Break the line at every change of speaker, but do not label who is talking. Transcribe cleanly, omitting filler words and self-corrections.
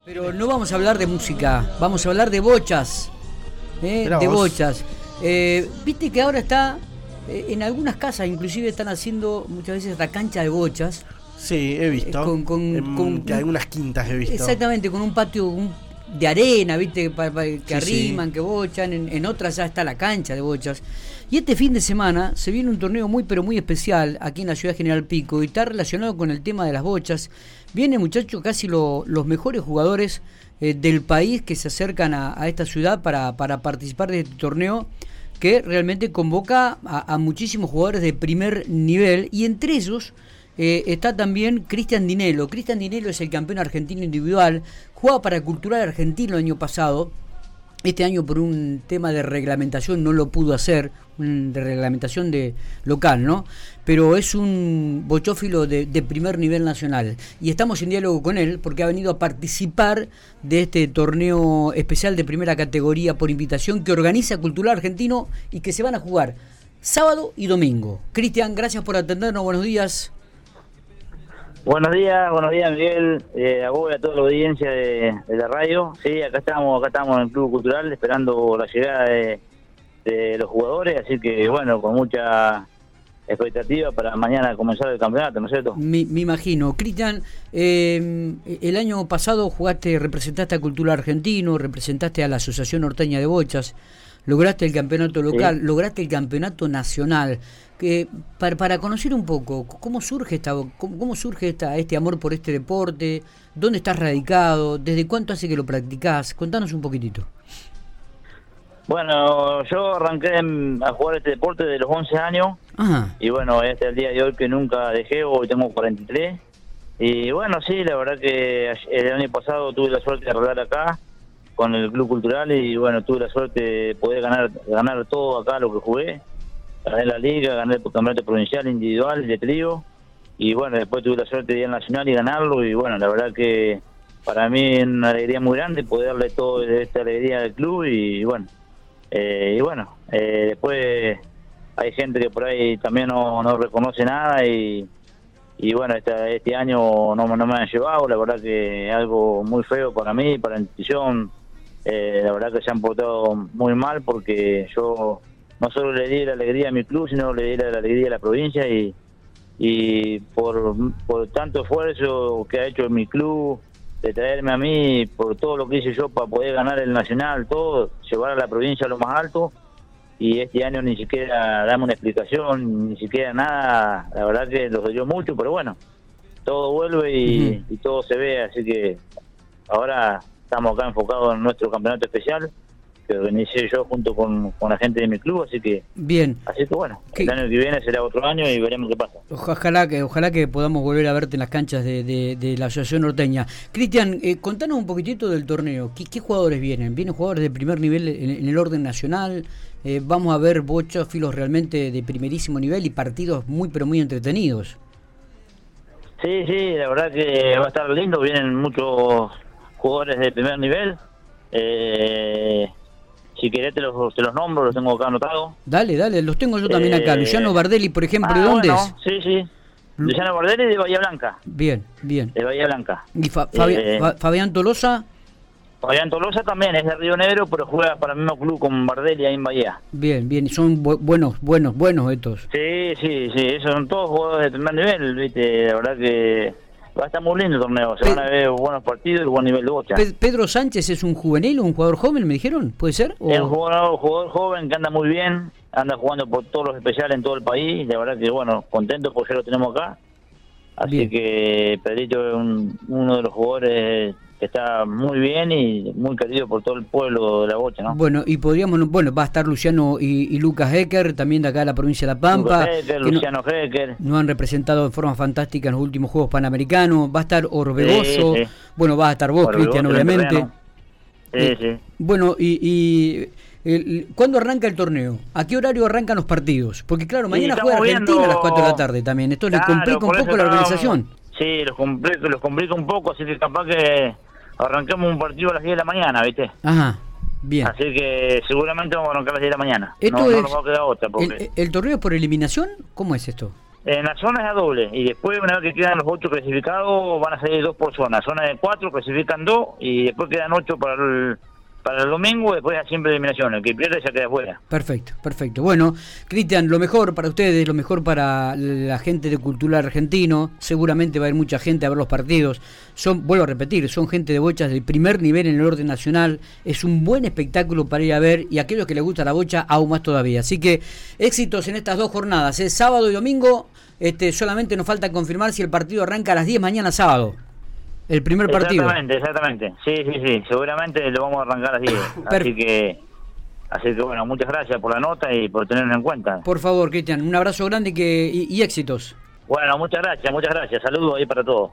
Pero no vamos a hablar de música, vamos a hablar de bochas, de bochas. Viste que ahora está, en algunas casas inclusive están haciendo muchas veces la cancha de bochas.
Sí, he visto.
Con
algunas quintas he visto.
Exactamente, con un patio de arena, viste, que arriman,
sí.
que bochan. En otras ya está la cancha de bochas. Y este fin de semana se viene un torneo muy pero muy especial aquí en la ciudad de General Pico y está relacionado con el tema de las bochas. Vienen, muchachos, casi los mejores jugadores del país que se acercan a esta ciudad para participar de este torneo que realmente convoca a muchísimos jugadores de primer nivel, y entre ellos está también Cristian Dinello. Cristian Dinello es el campeón argentino individual, jugaba para Cultural Argentino el año pasado. Este año por un tema de reglamentación no lo pudo hacer, de reglamentación de local, ¿no? Pero es un bochófilo de primer nivel nacional. Y estamos en diálogo con él porque ha venido a participar de este torneo especial de primera categoría por invitación que organiza Cultural Argentino y que se van a jugar sábado y domingo. Cristian, gracias por atendernos, buenos días.
Buenos días Miguel, a vos y a toda la audiencia de la radio. Sí, acá estamos en el Club Cultural esperando la llegada de los jugadores, así que bueno, con mucha expectativa para mañana comenzar el campeonato, ¿no es cierto?
Me imagino. Cristian, el año pasado representaste a Cultural Argentino, representaste a la Asociación Norteña de Bochas, lograste el campeonato local, sí. Lograste el campeonato nacional. Para conocer un poco, ¿cómo surge este amor por este deporte? ¿Dónde estás radicado? ¿Desde cuánto hace que lo practicás? Contanos un poquitito.
Bueno, yo arranqué a jugar este deporte de los 11 años.
Ajá. Y
bueno, hasta el día de hoy que nunca dejé, hoy tengo 43. Y bueno, sí, la verdad que el año pasado tuve la suerte de rodar acá con el Club Cultural y bueno, tuve la suerte de poder ganar todo acá lo que jugué. Gané la liga, gané el campeonato provincial individual de trío y bueno, después tuve la suerte de ir al nacional y ganarlo y bueno, la verdad que para mí es una alegría muy grande poder darle toda esta alegría al club y bueno, después hay gente que por ahí también no reconoce nada y bueno, este año no me han llevado, la verdad que es algo muy feo para mí, para la institución, la verdad que se han portado muy mal porque yo no solo le di la alegría a mi club, sino le di la alegría a la provincia y por tanto esfuerzo que ha hecho mi club de traerme a mí, por todo lo que hice yo para poder ganar el nacional, todo, llevar a la provincia a lo más alto, y este año ni siquiera dame una explicación, ni siquiera nada, la verdad que los dolió mucho, pero bueno, todo vuelve y todo se ve, así que ahora estamos acá enfocados en nuestro campeonato especial, que organicé yo junto con la gente de mi club, así que
bien,
así que bueno, el año que viene será otro año y veremos qué pasa.
Ojalá que podamos volver a verte en las canchas de la Asociación Norteña. Cristian, contanos un poquitito del torneo. ¿Qué jugadores vienen? ¿Vienen jugadores de primer nivel en el orden nacional? Vamos a ver bochófilos realmente de primerísimo nivel y partidos muy pero muy entretenidos.
Sí, la verdad que va a estar lindo, vienen muchos jugadores de primer nivel. Si querés te los nombro, los tengo acá anotados.
Dale, los tengo yo también acá. Luciano Bardelli, por ejemplo, ¿de dónde es?
Sí. Luciano Bardelli de Bahía Blanca.
Bien.
De Bahía Blanca.
¿Y Fabián Tolosa?
Fabián Tolosa también es de Río Negro, pero juega para el mismo club con Bardelli ahí en Bahía.
Bien, son buenos estos.
Sí, esos son todos jugadores de primer nivel, ¿viste? La verdad que va a estar muy lindo el torneo, se van a ver buenos partidos y buen nivel de bocha.
¿Pedro Sánchez es un juvenil o un jugador joven, me dijeron? ¿Puede ser?
Es un jugador joven que anda muy bien, anda jugando por todos los especiales en todo el país, la verdad que bueno, contento porque ya lo tenemos acá. Así bien. Que Pedrito es uno de los jugadores que está muy bien y muy querido por todo el pueblo de la bocha, ¿no?
Bueno, y va a estar Luciano y Lucas Hecker, también de acá de la provincia de La Pampa.
Luciano Hecker.
Nos han representado de forma fantástica en los últimos Juegos Panamericanos. Va a estar Orbegoso. Sí. Bueno, va a estar vos, Cristian, obviamente.
Sí.
Bueno, ¿cuándo arranca el torneo? ¿A qué horario arrancan los partidos? Porque claro, mañana juega Argentina a las 4 de la tarde también. Esto le complica un poco la organización.
Sí, los complica un poco, así que capaz que arrancamos un partido a las 10 de la mañana, ¿viste?
Ajá, bien.
Así que seguramente vamos a arrancar a las 10 de la mañana.
Esto
no nos va a quedar otra.
¿El torneo es por eliminación? ¿Cómo es esto?
En la zona es a doble, y después una vez que quedan los 8 clasificados van a salir 2 por zona. Zona de 4 clasifican 2 y después quedan 8 para el domingo, después a siempre eliminación. El que pierde ya queda fuera.
Perfecto, perfecto. Bueno, Cristian, lo mejor para ustedes, lo mejor para la gente de Cultural Argentino. Seguramente va a ir mucha gente a ver los partidos. Vuelvo a repetir, son gente de bochas del primer nivel en el orden nacional. Es un buen espectáculo para ir a ver, y a aquellos que les gusta la bocha, aún más todavía. Así que éxitos en estas 2 jornadas, sábado y domingo. Solamente nos falta confirmar si el partido arranca a las 10 mañana sábado. El primer partido.
Exactamente. Sí. Seguramente lo vamos a arrancar así. Así que bueno, muchas gracias por la nota y por tenerlo en cuenta.
Por favor, Cristian, un abrazo grande y éxitos.
Bueno, muchas gracias. Saludos ahí para todos.